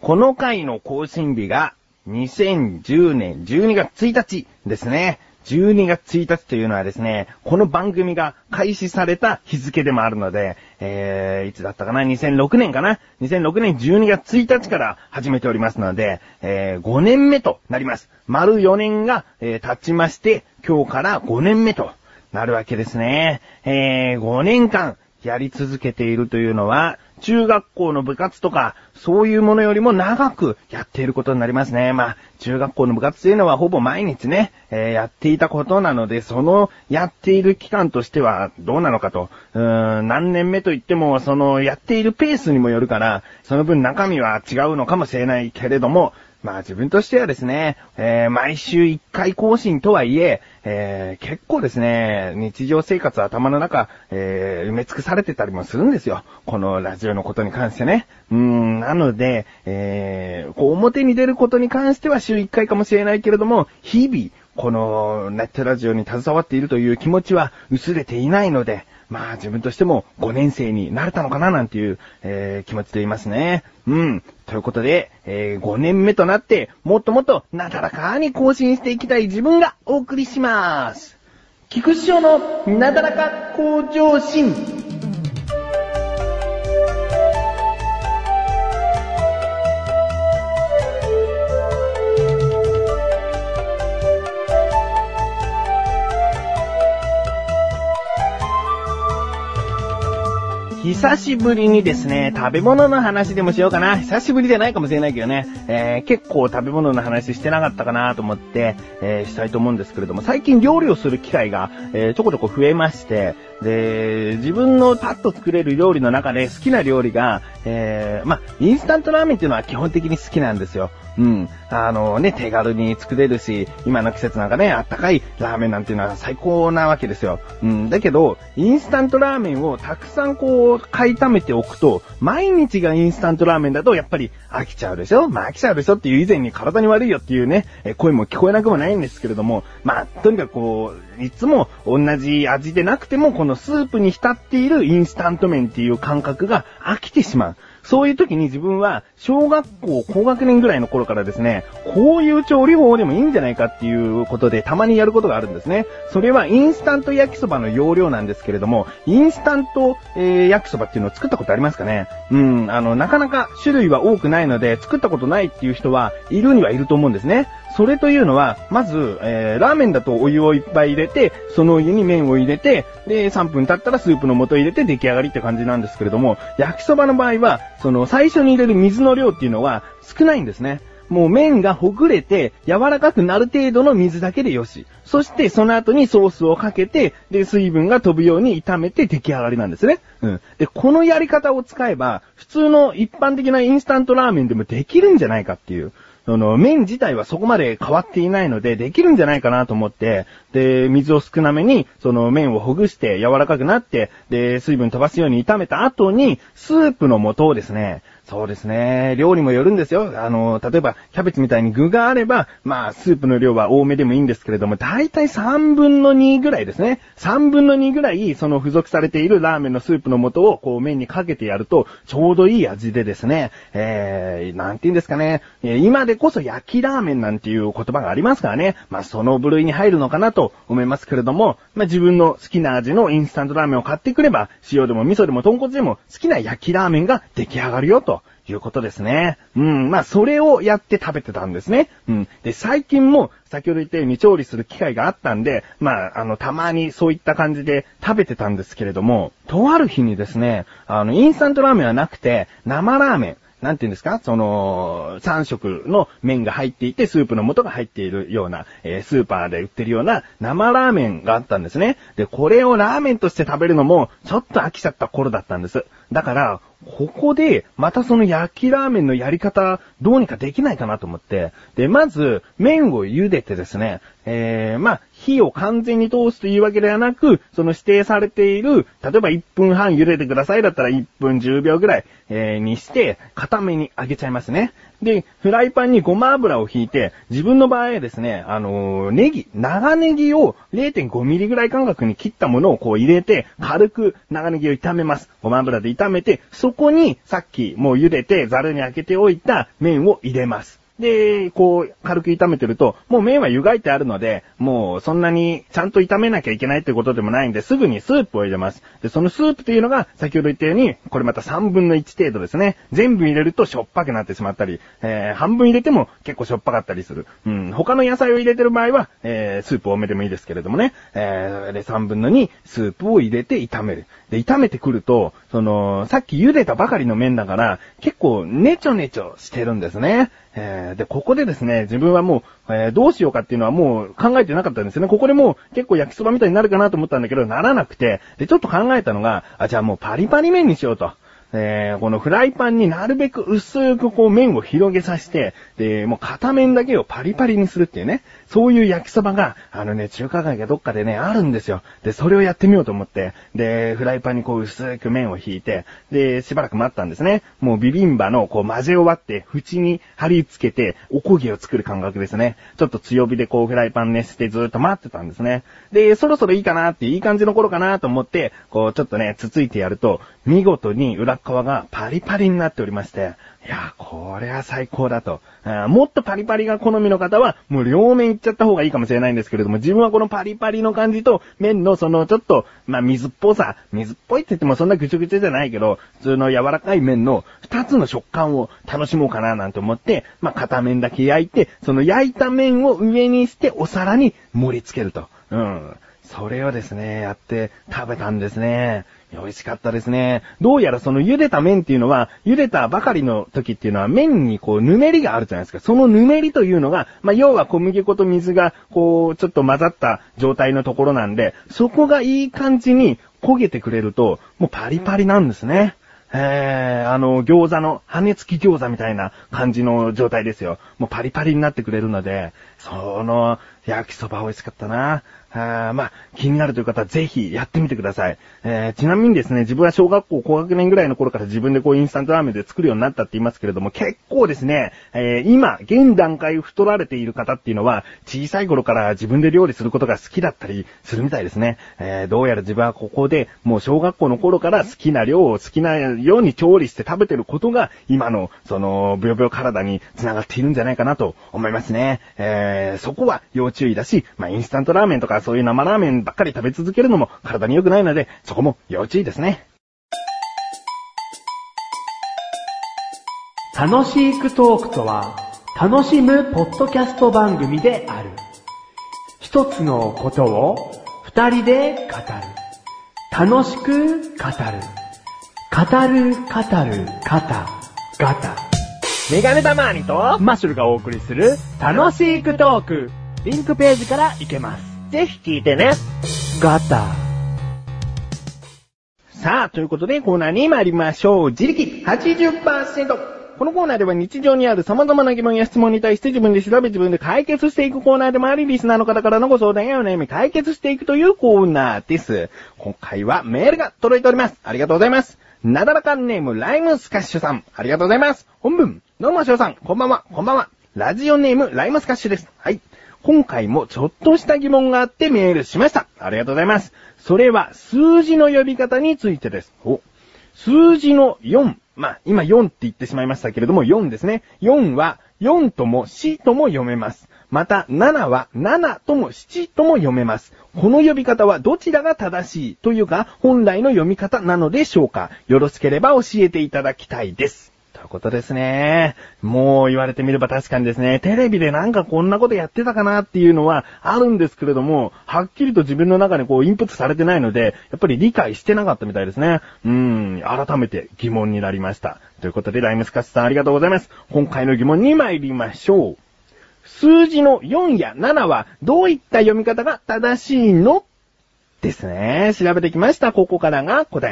この回の更新日が2010年12月1日ですね。12月1日というのはですね、この番組が開始された日付でもあるので、いつだったかな ?2006 年かな ?2006 年12月1日から始めておりますので、5年目となります。丸4年が、経ちまして、今日から5年目となるわけですね。5年間やり続けているというのは、中学校の部活とか、そういうものよりも長くやっていることになりますね。中学校の部活というのはほぼ毎日ね、やっていたことなので、そのやっている期間としてはどうなのかと。何年目といっても、そのやっているペースにもよるから、その分中身は違うのかもしれないけれども、自分としてはですね、毎週1回更新とはいえ、結構ですね、日常生活頭の中、埋め尽くされてたりもするんですよ。このラジオのことに関してね。なので、表に出ることに関しては週1回かもしれないけれども、日々、このネットラジオに携わっているという気持ちは薄れていないので、自分としても5年生になれたのかななんていう、気持ちでいますね。ということで、5年目となって、もっともっとなだらかに更新していきたい自分がお送りします。菊師匠のなだらか向上心。久しぶりにですね、食べ物の話でもしようかな。久しぶりじゃないかもしれないけどね、結構食べ物の話してなかったかなと思って、したいと思うんですけれども、最近料理をする機会が、ちょこちょこ増えまして、で、自分のパッと作れる料理の中で好きな料理が、インスタントラーメンっていうのは基本的に好きなんですよ。手軽に作れるし、今の季節なんかね、あったかいラーメンなんていうのは最高なわけですよ。だけど、インスタントラーメンをたくさん買い溜めておくと、毎日がインスタントラーメンだとやっぱり飽きちゃうでしょ飽きちゃうでしょっていう以前に体に悪いよっていうね、声も聞こえなくもないんですけれども、とにかくいつも同じ味でなくても、このスープに浸っているインスタント麺っていう感覚が飽きてしまう。そういう時に自分は小学校高学年ぐらいの頃からですね、こういう調理法でもいいんじゃないかっていうことでたまにやることがあるんですね。それはインスタント焼きそばの要領なんですけれども、インスタント、焼きそばっていうのを作ったことありますかね？なかなか種類は多くないので作ったことないっていう人はいるにはいると思うんですね。それというのは、まず、ラーメンだとお湯をいっぱい入れて、そのお湯に麺を入れて、で、3分経ったらスープの素を入れて出来上がりって感じなんですけれども、焼きそばの場合は、最初に入れる水の量っていうのは少ないんですね。もう麺がほぐれて、柔らかくなる程度の水だけでよし。そしてその後にソースをかけて、で、水分が飛ぶように炒めて出来上がりなんですね。で、このやり方を使えば、普通の一般的なインスタントラーメンでもできるんじゃないかっていう。麺自体はそこまで変わっていないので、できるんじゃないかなと思って、で、水を少なめに、麺をほぐして柔らかくなって、で、水分飛ばすように炒めた後に、スープの素をですね、そうですね。料理もよるんですよ。例えば、キャベツみたいに具があれば、スープの量は多めでもいいんですけれども、だいたい3分の2ぐらいですね。3分の2ぐらい、付属されているラーメンのスープの素を、麺にかけてやると、ちょうどいい味でですね、なんて言うんですかね。今でこそ焼きラーメンなんていう言葉がありますからね。その部類に入るのかなと思いますけれども、自分の好きな味のインスタントラーメンを買ってくれば、塩でも味噌でも豚骨でも好きな焼きラーメンが出来上がるよと。いうことですね。それをやって食べてたんですね。で、最近も、先ほど言ったように調理する機会があったんで、たまにそういった感じで食べてたんですけれども、とある日にですね、インスタントラーメンはなくて、生ラーメン。なんて言うんですか3色の麺が入っていて、スープの素が入っているような、スーパーで売ってるような生ラーメンがあったんですね。で、これをラーメンとして食べるのも、ちょっと飽きちゃった頃だったんです。だから、ここで、また焼きラーメンのやり方、どうにかできないかなと思って。で、まず、麺を茹でてですね、 火を完全に通すというわけではなく、その指定されている、例えば1分半茹でてくださいだったら1分10秒ぐらい、にして、固めに揚げちゃいますね。で、フライパンにごま油を引いて、自分の場合はですね、長ネギを 0.5 ミリぐらい間隔に切ったものをこう入れて、軽く長ネギを炒めます。ごま油で炒めて、そこにさっきもう茹でてザルに開けておいた麺を入れます。で、こう、軽く炒めてると、もう麺は湯がいてあるので、もうそんなにちゃんと炒めなきゃいけないってことでもないんで、すぐにスープを入れます。で、そのスープというのが、先ほど言ったように、これまた3分の1程度ですね。全部入れるとしょっぱくなってしまったり、半分入れても結構しょっぱかったりする。他の野菜を入れてる場合は、スープ多めでもいいですけれどもね。で、3分の2、スープを入れて炒める。で、炒めてくると、さっき茹でたばかりの麺だから、結構ネチョネチョしてるんですね。で、ここでですね、自分はもう、どうしようかっていうのはもう考えてなかったんですよね。ここでもう結構焼きそばみたいになるかなと思ったんだけど、ならなくて、で、ちょっと考えたのが、じゃあもうパリパリ麺にしようと。このフライパンになるべく薄くこう麺を広げさせて、で、もう片面だけをパリパリにするっていうね、そういう焼きそばが、中華街がどっかでね、あるんですよ。で、それをやってみようと思って、で、フライパンにこう薄く麺を引いて、で、しばらく待ったんですね。もうビビンバのこう混ぜ終わって、縁に貼り付けて、おこげを作る感覚ですね。ちょっと強火でこうフライパン熱してずーっと待ってたんですね。で、そろそろいいかなって、いい感じの頃かなと思って、こうちょっとね、つついてやると、見事に裏側がパリパリになっておりまして、いやー、これは最高だと。もっとパリパリが好みの方は、もう両面いっちゃった方がいいかもしれないんですけれども、自分はこのパリパリの感じと、麺のそのちょっと、水っぽいって言ってもそんなぐちゅぐちゅじゃないけど、普通の柔らかい麺の二つの食感を楽しもうかななんて思って、片面だけ焼いて、その焼いた麺を上にしてお皿に盛り付けると。それをですね、やって食べたんですね。美味しかったですね。どうやらその茹でた麺っていうのは、茹でたばかりの時っていうのは麺にこうぬめりがあるじゃないですか。そのぬめりというのが、要は小麦粉と水がこうちょっと混ざった状態のところなんで、そこがいい感じに焦げてくれると、もうパリパリなんですね。餃子の、羽根付き餃子みたいな感じの状態ですよ。もうパリパリになってくれるので、その焼きそば美味しかったな。気になるという方はぜひやってみてください。ちなみにですね、自分は小学校高学年ぐらいの頃から自分でこうインスタントラーメンで作るようになったって言いますけれども、結構ですね、今、現段階太られている方っていうのは、小さい頃から自分で料理することが好きだったりするみたいですね。どうやら自分はここで、もう小学校の頃から好きな量を好きなように調理して食べてることが、今の、ブヨブヨ体に繋がっているんじゃないかなと思いますね。そこは要注意だし、インスタントラーメンとかそういう生ラーメンばっかり食べ続けるのも体に良くないので、そこも要注意ですね。 楽しいクトークとは、楽しむポッドキャスト番組である。一つのことを二人で語る。楽しく語る。語る、ガタ。 メガネたまーにとマッシュルがお送りする楽しいクトーク。リンクページから行けます。 ぜひ聞いてね。 ガタ。 さあ、ということでコーナーに参りましょう。自力 80%。このコーナーでは日常にある様々な疑問や質問に対して自分で調べ自分で解決していくコーナーでもあり、リスナーの方からのご相談やお悩み解決していくというコーナーです。今回はメールが届いております。ありがとうございます。なだらかんネームライムスカッシュさん。ありがとうございます。本文、どうもしょうさん、こんばんは。ラジオネームライムスカッシュです。はい。今回もちょっとした疑問があってメールしました。ありがとうございます。それは数字の呼び方についてです。数字の4。今4って言ってしまいましたけれども、4ですね。4は4とも4とも読めます。また、7は7とも7とも読めます。この呼び方はどちらが正しいというか、本来の読み方なのでしょうか。よろしければ教えていただきたいです。ということですね。もう言われてみれば確かにですね、テレビでなんかこんなことやってたかなっていうのはあるんですけれども、はっきりと自分の中にこうインプットされてないので、やっぱり理解してなかったみたいですね。改めて疑問になりました。ということで、ライムスカッシュさんありがとうございます。今回の疑問に参りましょう。数字の4や7はどういった読み方が正しいのですね。調べてきました。ここからが答え。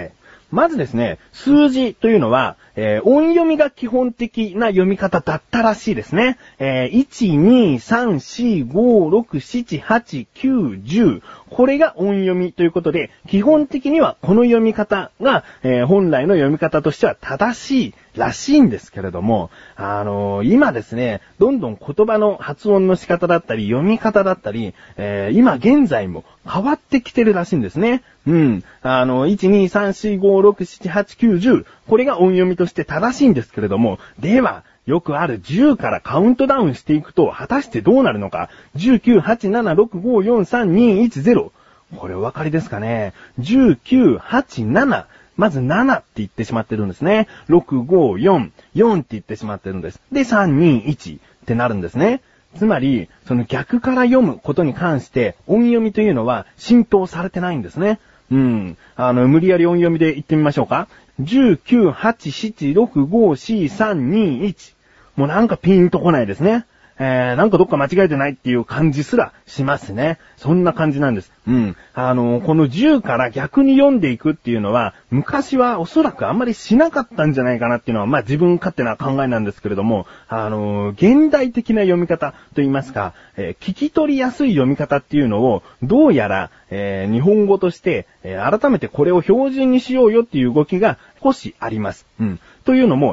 まずですね、数字というのは、音読みが基本的な読み方だったらしいですね。1、2、3、4、5、6、7、8、9、10。これが音読みということで、基本的にはこの読み方が、本来の読み方としては正しいらしいんですけれども、今ですね、どんどん言葉の発音の仕方だったり、読み方だったり、今現在も変わってきてるらしいんですね。1、2、3、4、5、6、7、8、9、10。これが音読みとして正しいんですけれども、では、よくある10からカウントダウンしていくと、果たしてどうなるのか。19、8、7、6、5、4、3、2、1、0。これお分かりですかね。19、8、7。まず7って言ってしまってるんですね。6、5、4、4って言ってしまってるんです。で、3、2、1ってなるんですね。つまり、その逆から読むことに関して、音読みというのは浸透されてないんですね。無理やり音読みで言ってみましょうか。19、8、7、6、5、4、3、2、1。もうなんかピンとこないですね。なんかどっか間違えてないっていう感じすらしますね。そんな感じなんです。この10から逆に読んでいくっていうのは、昔はおそらくあんまりしなかったんじゃないかなっていうのは、まあ自分勝手な考えなんですけれども、現代的な読み方と言いますか、聞き取りやすい読み方っていうのを、どうやら、日本語として、改めてこれを標準にしようよっていう動きが少しあります。というのも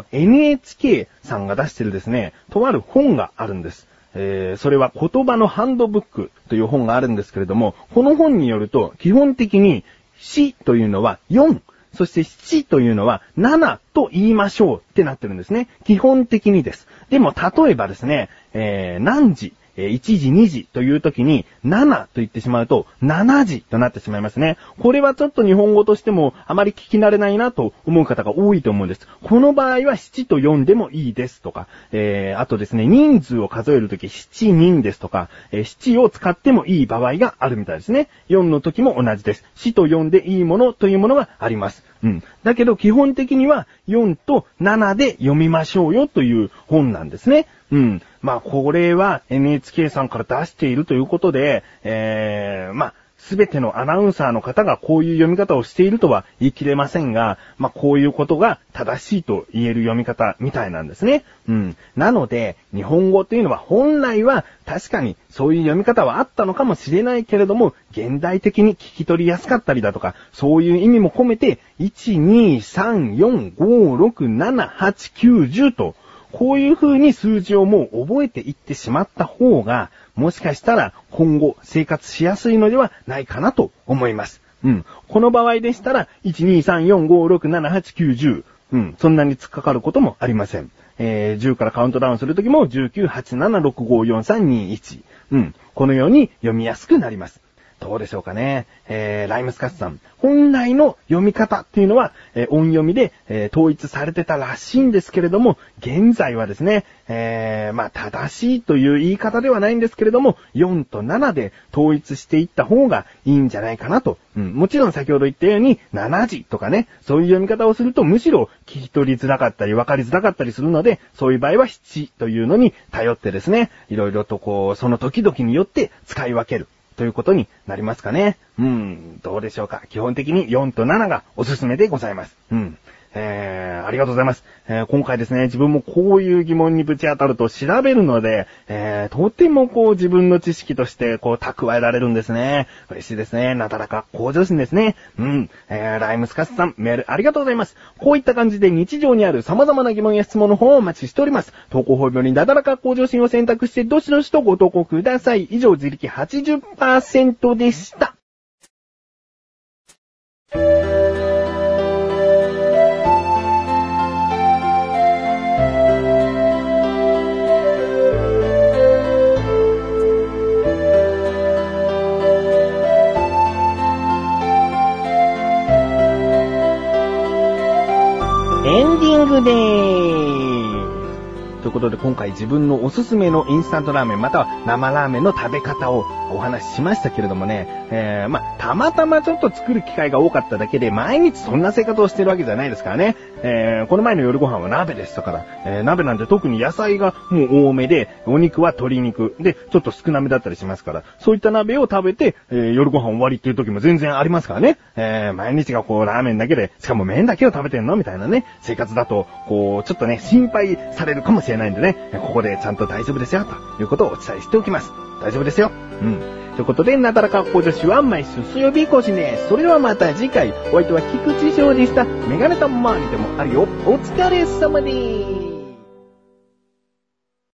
NHK さんが出してるですね、とある本があるんです。それは言葉のハンドブックという本があるんですけれども、この本によると基本的にしというのは4、そして7というのは7と言いましょうってなってるんですね。基本的にです。でも例えばですね、何時、1時2時という時に7と言ってしまうと7時となってしまいますね。これはちょっと日本語としてもあまり聞き慣れないなと思う方が多いと思うんです。この場合は7と4でもいいですとか、あとですね、人数を数えるとき7人ですとか、7を使ってもいい場合があるみたいですね。4の時も同じです。7と4でいいものというものがあります。だけど基本的には4と7で読みましょうよという本なんですね。まあこれは NHK さんから出しているということで、まあすべてのアナウンサーの方がこういう読み方をしているとは言い切れませんが、まあこういうことが正しいと言える読み方みたいなんですね。なので日本語というのは本来は確かにそういう読み方はあったのかもしれないけれども、現代的に聞き取りやすかったりだとか、そういう意味も込めて1、2、3、4、5、6、7、8、9、10とこういう風に数字をもう覚えていってしまった方が、もしかしたら今後生活しやすいのではないかなと思います。この場合でしたら、1、2、3、4、5、6、7、8、9、10。そんなに突っかかることもありません。10からカウントダウンするときも、19、8、7、6、5、4、3、2、1。このように読みやすくなります。どうでしょうかね。ライムスカッシュさん。本来の読み方っていうのは、音読みで、統一されてたらしいんですけれども、現在はですね、まあ、正しいという言い方ではないんですけれども、4と7で統一していった方がいいんじゃないかなと。もちろん先ほど言ったように、7時とかね、そういう読み方をするとむしろ聞き取りづらかったり分かりづらかったりするので、そういう場合は7というのに頼ってですね、いろいろとこう、その時々によって使い分ける。ということになりますかね。どうでしょうか。基本的に4と7がおすすめでございます。ありがとうございます。今回ですね、自分もこういう疑問にぶち当たると調べるので、とてもこう自分の知識としてこう蓄えられるんですね。嬉しいですね。なだらか向上心ですね。ライムスカスさん、メールありがとうございます。こういった感じで日常にある様々な疑問や質問の方をお待ちしております。投稿フォームになだらか向上心を選択してどしどしとご投稿ください。以上、自力 80% でした。エンディングでーす。 ということで今回自分のおすすめのインスタントラーメンまたは生ラーメンの食べ方をお話ししましたけれどもね、たまたまちょっと作る機会が多かっただけで毎日そんな生活をしてるわけじゃないですからね。この前の夜ご飯は鍋でしたから、鍋なんて特に野菜がもう多めで、お肉は鶏肉でちょっと少なめだったりしますから、そういった鍋を食べて、夜ご飯終わりっていう時も全然ありますからね。毎日がこうラーメンだけで、しかも麺だけを食べてんのみたいなね、生活だと、こう、ちょっとね、心配されるかもしれないんでね、ここでちゃんと大丈夫ですよ、ということをお伝えしておきます。大丈夫ですよ。ということで、なだらか向女子は毎週水曜日更新です。それではまた次回、お相手は菊池翔でした。メガネたまーにでもあるよ。お疲れ様です。